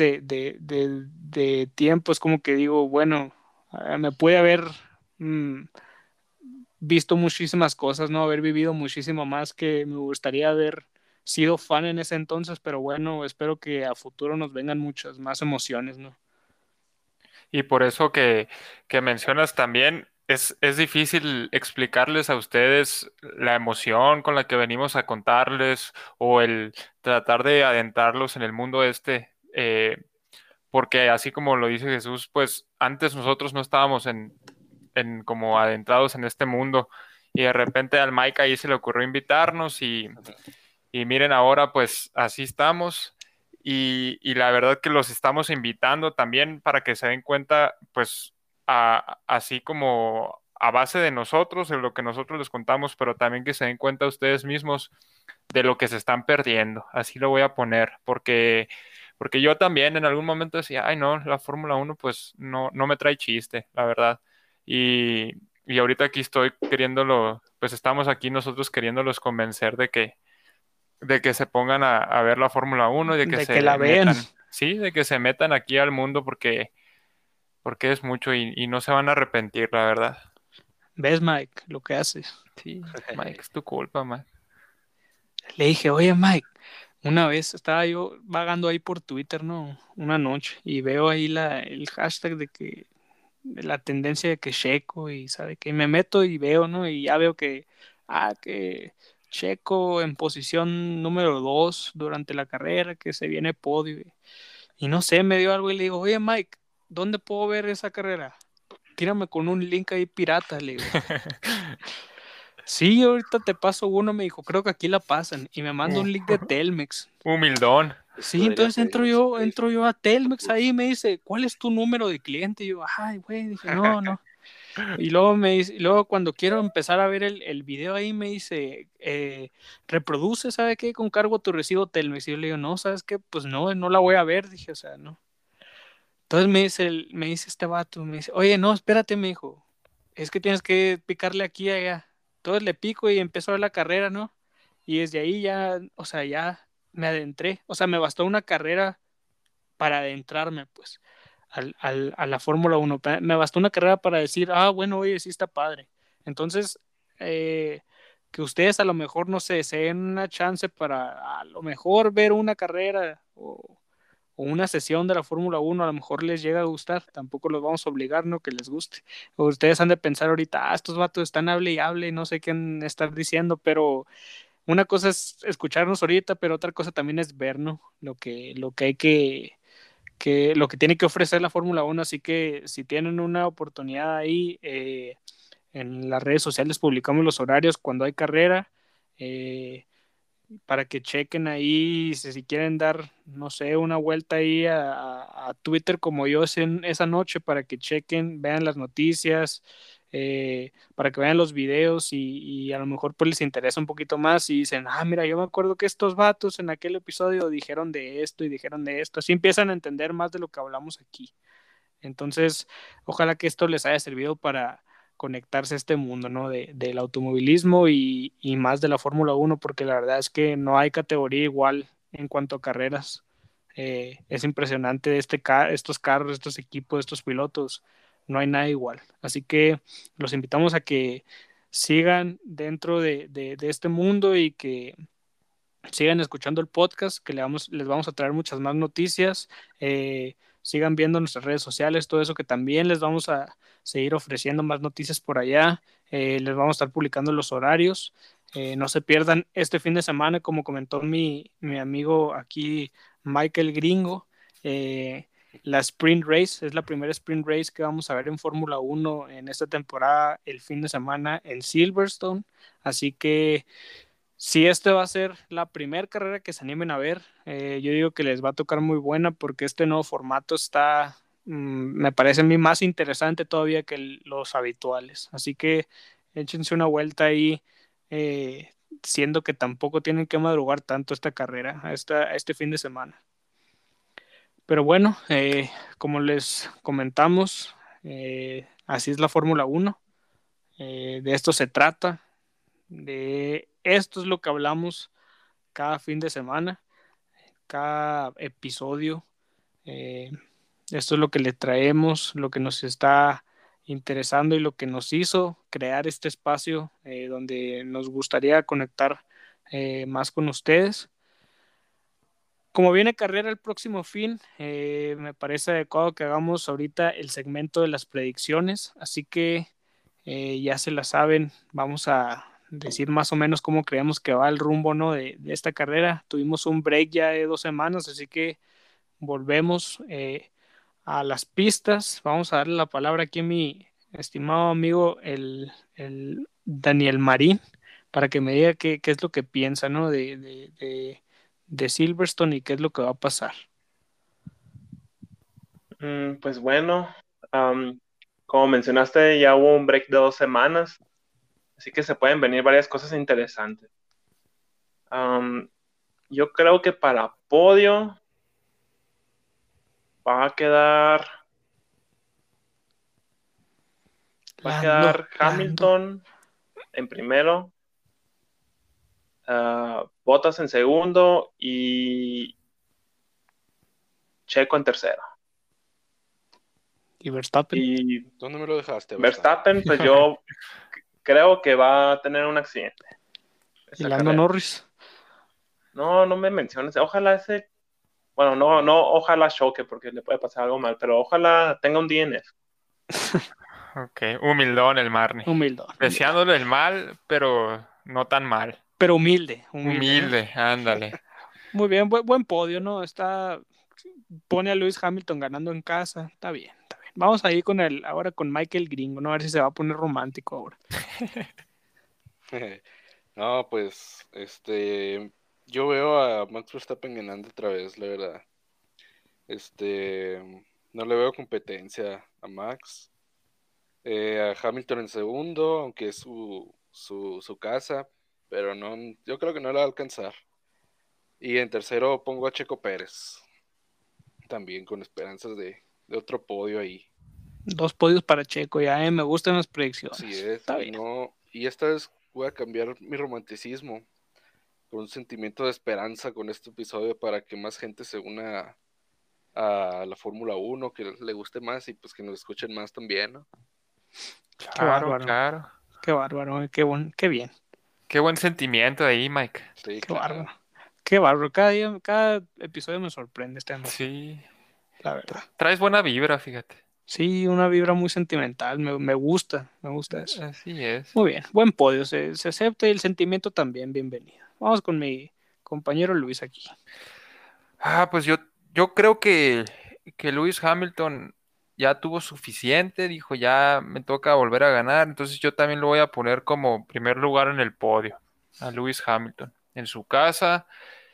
de tiempo, es como que digo, bueno, me puede haber mm, visto muchísimas cosas, ¿no? Haber vivido muchísimo más que me gustaría haber sido fan en ese entonces, pero bueno, espero que a futuro nos vengan muchas más emociones, ¿no? Y por eso que mencionas también, es difícil explicarles a ustedes la emoción con la que venimos a contarles o el tratar de adentrarlos en el mundo porque así como lo dice Jesús, pues antes nosotros no estábamos en como adentrados en este mundo y de repente al Mike ahí se le ocurrió invitarnos y miren ahora pues así estamos y la verdad que los estamos invitando también para que se den cuenta pues así como a base de nosotros, de lo que nosotros les contamos, pero también que se den cuenta ustedes mismos de lo que se están perdiendo, así lo voy a poner, porque yo también en algún momento decía, ay no, la Fórmula 1 pues no me trae chiste, la verdad. Y ahorita aquí estoy queriéndolo, pues estamos aquí nosotros queriéndolos convencer de que se pongan a ver la Fórmula 1 y de que De que se la vean. metan, sí, de que se metan aquí al mundo porque es mucho y no se van a arrepentir, la verdad. ¿Ves, Mike, lo que haces? Sí, Mike, es tu culpa, Mike. Le dije, oye, Mike, una vez estaba yo vagando ahí por Twitter, ¿no? Una noche, y veo ahí el hashtag de la tendencia de que Checo, y sabe que me meto y veo, ¿no? Y ya veo que Checo en posición número 2 durante la carrera, que se viene podio. Y no sé, me dio algo y le digo, oye, Mike, ¿dónde puedo ver esa carrera? Tírame con un link ahí pirata, le digo. Sí, ahorita te paso uno, me dijo, creo que aquí la pasan. Y me manda un link de Telmex. Humildón. Sí, entonces entro yo a Telmex ahí y me dice, ¿cuál es tu número de cliente? Y yo, ay, güey, dije, no. Y luego luego cuando quiero empezar a ver el video ahí me dice, reproduce, ¿sabe qué? Con cargo tu recibo Telmex. Y yo le digo, no, ¿sabes qué? Pues no la voy a ver, dije, o sea, no. Entonces me dice este vato, me dice, oye, no, espérate, me dijo, es que tienes que picarle aquí y allá. Entonces le pico y empezó a ver la carrera, ¿no? Y desde ahí ya, o sea, ya me adentré. O sea, me bastó una carrera para adentrarme, pues, a la Fórmula 1. Me bastó una carrera para decir, bueno, oye, sí está padre. Entonces, que ustedes a lo mejor, no sé, se den una chance para a lo mejor ver una carrera o una sesión de la Fórmula 1, a lo mejor les llega a gustar, tampoco los vamos a obligar, ¿no? Que les guste. O ustedes han de pensar ahorita, estos vatos están hable y no sé qué estar diciendo, pero una cosa es escucharnos ahorita, pero otra cosa también es ver, ¿no? Lo que hay lo que tiene que ofrecer la Fórmula 1, así que si tienen una oportunidad ahí, en las redes sociales publicamos los horarios cuando hay carrera, para que chequen ahí, si quieren dar, no sé, una vuelta ahí a Twitter como yo esa noche, para que chequen, vean las noticias, para que vean los videos y a lo mejor pues les interesa un poquito más y dicen, mira, yo me acuerdo que estos vatos en aquel episodio dijeron de esto y dijeron de esto. Así empiezan a entender más de lo que hablamos aquí. Entonces, ojalá que esto les haya servido para conectarse a este mundo, ¿no? Del automovilismo y más de la Fórmula 1, porque la verdad es que no hay categoría igual en cuanto a carreras. Es impresionante estos carros, estos equipos, estos pilotos. No hay nada igual. Así que los invitamos a que sigan dentro de este mundo y que sigan escuchando el podcast, que les vamos a traer muchas más noticias. Sigan viendo nuestras redes sociales, todo eso que también les vamos a seguir ofreciendo más noticias por allá. Les vamos a estar publicando los horarios. No se pierdan este fin de semana, como comentó mi amigo aquí, Michael Gringo. La Sprint Race es la primera Sprint Race que vamos a ver en Fórmula 1 en esta temporada, el fin de semana en Silverstone. Así que si este va a ser la primera carrera que se animen a ver, yo digo que les va a tocar muy buena porque este nuevo formato está, me parece a mí más interesante todavía que los habituales. Así que échense una vuelta ahí, siendo que tampoco tienen que madrugar tanto esta carrera, a este fin de semana. Pero bueno, como les comentamos, así es la Fórmula 1. De esto se trata. De esto es lo que hablamos cada fin de semana, cada episodio. Eh, Esto es lo que le traemos, lo que nos está interesando y lo que nos hizo crear este espacio donde nos gustaría conectar más con ustedes. Como viene carrera el próximo fin, me parece adecuado que hagamos ahorita el segmento de las predicciones, así que ya se la saben, vamos a decir más o menos cómo creemos que va el rumbo, ¿no? de esta carrera. Tuvimos un break ya de 2 semanas, así que volvemos a las pistas. Vamos a darle la palabra aquí a mi estimado amigo, el Daniel Marín, para que me diga qué es lo que piensa, ¿no? de Silverstone y qué es lo que va a pasar. Pues bueno, como mencionaste, ya hubo un break de 2 semanas, así que se pueden venir varias cosas interesantes. Yo creo que para podio va a quedar Hamilton en primero, Bottas en segundo y Checo en tercero. ¿Y Verstappen? Y ¿Dónde me lo dejaste? Verstappen, pues yo creo que va a tener un accidente. ¿Y Lando Norris? No me menciones. Ojalá bueno, no, ojalá choque porque le puede pasar algo mal, pero ojalá tenga un DNF. Ok, humildón el Marnie. Humildón. Deseándole el mal, pero no tan mal. Pero humilde. Humilde, ándale. Muy bien, buen podio, ¿no? Pone a Lewis Hamilton ganando en casa. Está bien. Vamos a ir ahora con Michael Gringo, ¿no? A ver si se va a poner romántico ahora. No, pues, yo veo a Max Verstappen ganando otra vez, la verdad. No le veo competencia a Max. A Hamilton en segundo, aunque es su casa, pero no, yo creo que no le va a alcanzar. Y en tercero pongo a Checo Pérez, también con esperanzas de otro podio ahí. 2 podios para Checo, ya, me gustan las predicciones. Sí, Está bien. Y esta vez voy a cambiar mi romanticismo por un sentimiento de esperanza con este episodio para que más gente se una a la Fórmula 1, que le guste más y pues que nos escuchen más también, ¿no? Claro. Qué bárbaro, qué bien. Qué buen sentimiento ahí, Mike. Sí, qué bárbaro. Qué bárbaro. Cada episodio me sorprende este año. Sí. La verdad. Traes buena vibra, fíjate. Sí, una vibra muy sentimental. Me gusta eso. Así es. Muy bien, buen podio. Se acepta y el sentimiento también, bienvenido. Vamos con mi compañero Luis aquí. Pues yo creo que Lewis Hamilton ya tuvo suficiente, dijo, ya me toca volver a ganar, entonces yo también lo voy a poner como primer lugar en el podio, a Lewis Hamilton, en su casa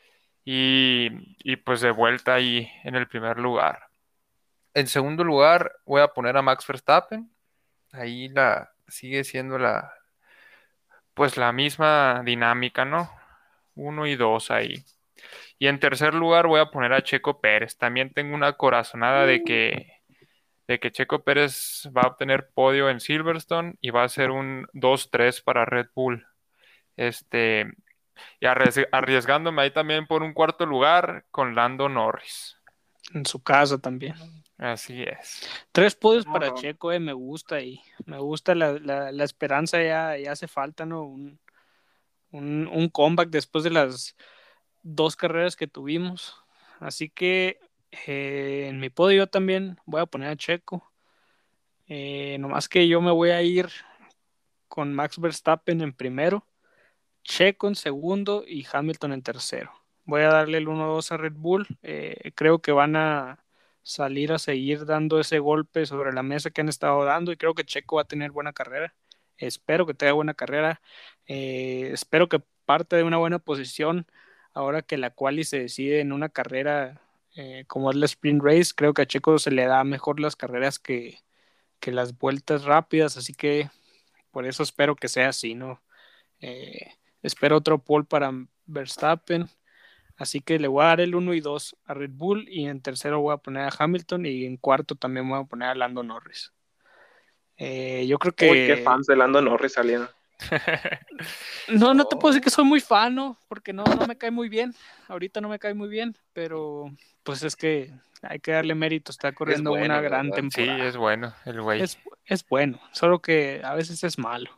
y pues de vuelta ahí en el primer lugar. En segundo lugar voy a poner a Max Verstappen, ahí la sigue siendo pues la misma dinámica, ¿no? 1 y 2 ahí. Y en tercer lugar voy a poner a Checo Pérez. También tengo una corazonada de que Checo Pérez va a obtener podio en Silverstone y va a ser un 2-3 para Red Bull. Y arriesgándome ahí también por un cuarto lugar con Lando Norris. En su casa también. Así es. 3 podios para Checo, me gusta y me gusta la esperanza, ya hace falta, ¿no? Un comeback después de las 2 carreras que tuvimos. Así que en mi podio yo también voy a poner a Checo. Nomás que yo me voy a ir con Max Verstappen en primero, Checo en segundo y Hamilton en tercero. Voy a darle el 1-2 a Red Bull. Creo que van a salir a seguir dando ese golpe sobre la mesa que han estado dando y creo que Checo va a tener buena carrera. Espero que tenga buena carrera. Espero que parte de una buena posición ahora que la quali se decide en una carrera como es la Sprint Race. Creo que a Checo se le da mejor las carreras que las vueltas rápidas, así que por eso espero que sea así, ¿no? Espero otro pole para Verstappen. Así que le voy a dar el 1 y 2 a Red Bull y en tercero voy a poner a Hamilton y en cuarto también voy a poner a Lando Norris. Yo creo que... Uy, qué fans de Lando Norris salieron. No te puedo decir que soy muy fan, ¿no? Porque no me cae muy bien. Ahorita no me cae muy bien, pero pues es que hay que darle mérito. Está corriendo bueno, una la gran verdad. temporada. Sí, es bueno el güey. Es bueno, solo que a veces es malo.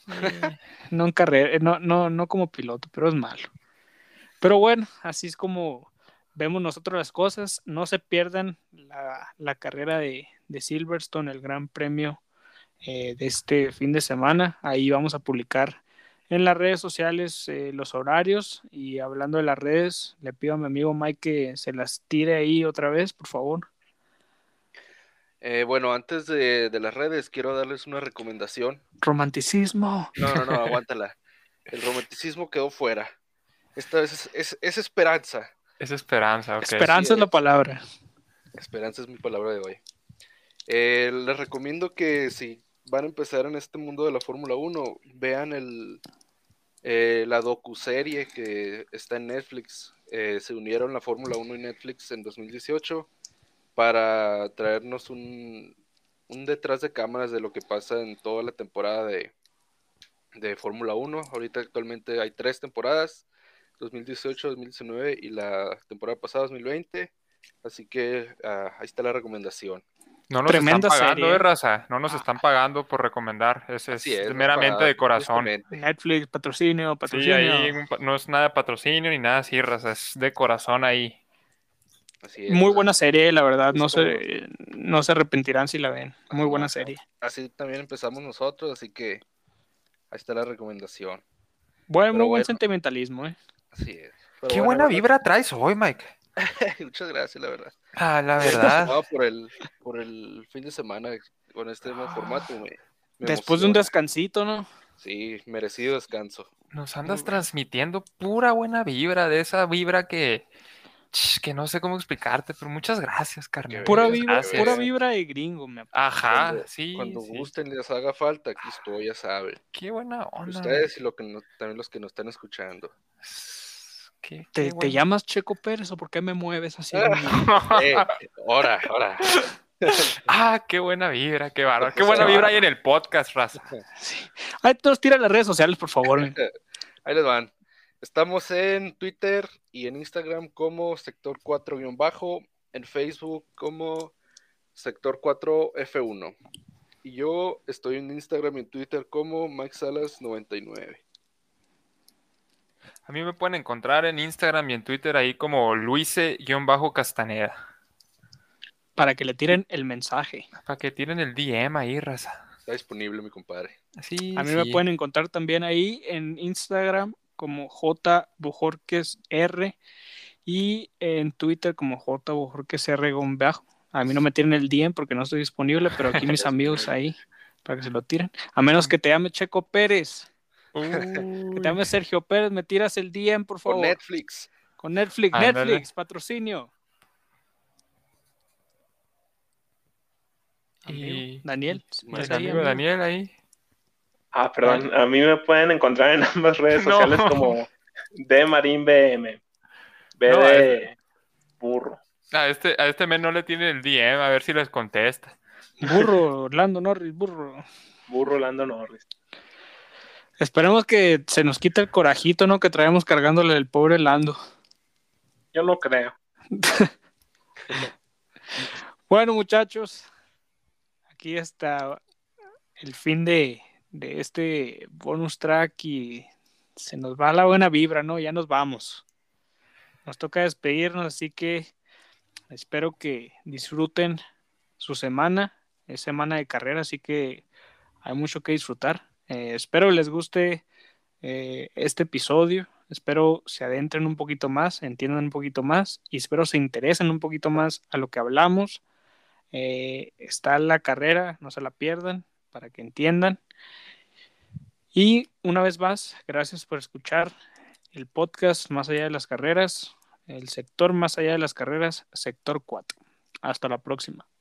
No en carrera, no como piloto, pero es malo. Pero bueno, así es como vemos nosotros las cosas. No se pierdan la carrera de Silverstone, el Gran Premio de este fin de semana. Ahí vamos a publicar en las redes sociales los horarios. Y hablando de las redes, le pido a mi amigo Mike que se las tire ahí otra vez, por favor. Bueno, antes de las redes, quiero darles una recomendación. Romanticismo. No, aguántala. El romanticismo quedó fuera. Esta vez es esperanza. Es esperanza, ok. Esperanza es la palabra. Esperanza es mi palabra de hoy. Les recomiendo que si van a empezar en este mundo de la Fórmula 1, vean la docuserie que está en Netflix. Se unieron la Fórmula 1 y Netflix en 2018 para traernos un detrás de cámaras de lo que pasa en toda la temporada de Fórmula 1. Ahorita actualmente hay 3 temporadas, 2018, 2019 y la temporada pasada, 2020. Así que ahí está la recomendación. No nos Tremenda están pagando, serie. raza. No nos están pagando por recomendar. Es meramente de corazón. Netflix, patrocinio. Sí, ahí no es nada de patrocinio ni nada así, raza. Es de corazón ahí. Así es. Muy buena serie, la verdad. No se arrepentirán si la ven. Muy buena serie. Así también empezamos nosotros, así que ahí está la recomendación. Muy buen sentimentalismo, Así es. Qué buena vibra traes hoy, Mike. Muchas gracias, la verdad. La verdad. Por el fin de semana con este nuevo formato. Después de un descansito, ¿no? Sí, merecido descanso. Nos andas transmitiendo pura buena vibra, de esa vibra que no sé cómo explicarte, pero muchas gracias, carnal. Pura vibra de gringo, me acuerdo. Ajá, Cuando gusten, les haga falta, aquí estoy, ya saben. Qué buena onda. Ustedes y también los que nos están escuchando. ¿Te llamas Checo Pérez o por qué me mueves así? Ahora. Qué buena vibra, qué bárbaro. Qué buena vibra hay en el podcast, raza. Sí. Ahí todos tira las redes sociales, por favor. Ahí les van. Estamos en Twitter y en Instagram como Sector 4-, en Facebook como Sector 4F1. Y yo estoy en Instagram y en Twitter como MikeSalas99. A mí me pueden encontrar en Instagram y en Twitter ahí como Luise-Castaneda. Para que le tiren el mensaje. Para que tiren el DM ahí, raza. Está disponible, mi compadre. Sí, a mí me pueden encontrar también ahí en Instagram como JBojorquesR y en Twitter como JBojorquesR_. A mí no me tiren el DM porque no estoy disponible, pero aquí mis amigos ahí para que se lo tiren. A menos que te llame Checo Pérez. Que te llame Sergio Pérez, me tiras el DM, por favor. Con Netflix. Ándale. Netflix, patrocinio. Y Daniel. el amigo Daniel ahí. Perdón, a mí me pueden encontrar en ambas redes sociales como DMarinBM. B No, de burro. A este men no le tiene el DM, a ver si les contesta. Burro, Lando Norris, burro. Burro Lando Norris. Esperemos que se nos quite el corajito, ¿no? Que traemos cargándole el pobre Lando. Yo no creo. Bueno, muchachos, aquí está el fin de este bonus track y se nos va la buena vibra, ¿no? Ya nos vamos. Nos toca despedirnos, así que espero que disfruten su semana. Es semana de carrera, así que hay mucho que disfrutar. Espero les guste este episodio. Espero se adentren un poquito más, entiendan un poquito más y espero se interesen un poquito más a lo que hablamos. Está la carrera, no se la pierdan para que entiendan. Y una vez más, gracias por escuchar el podcast Más Allá de las Carreras, el sector Más Allá de las Carreras, sector 4. Hasta la próxima.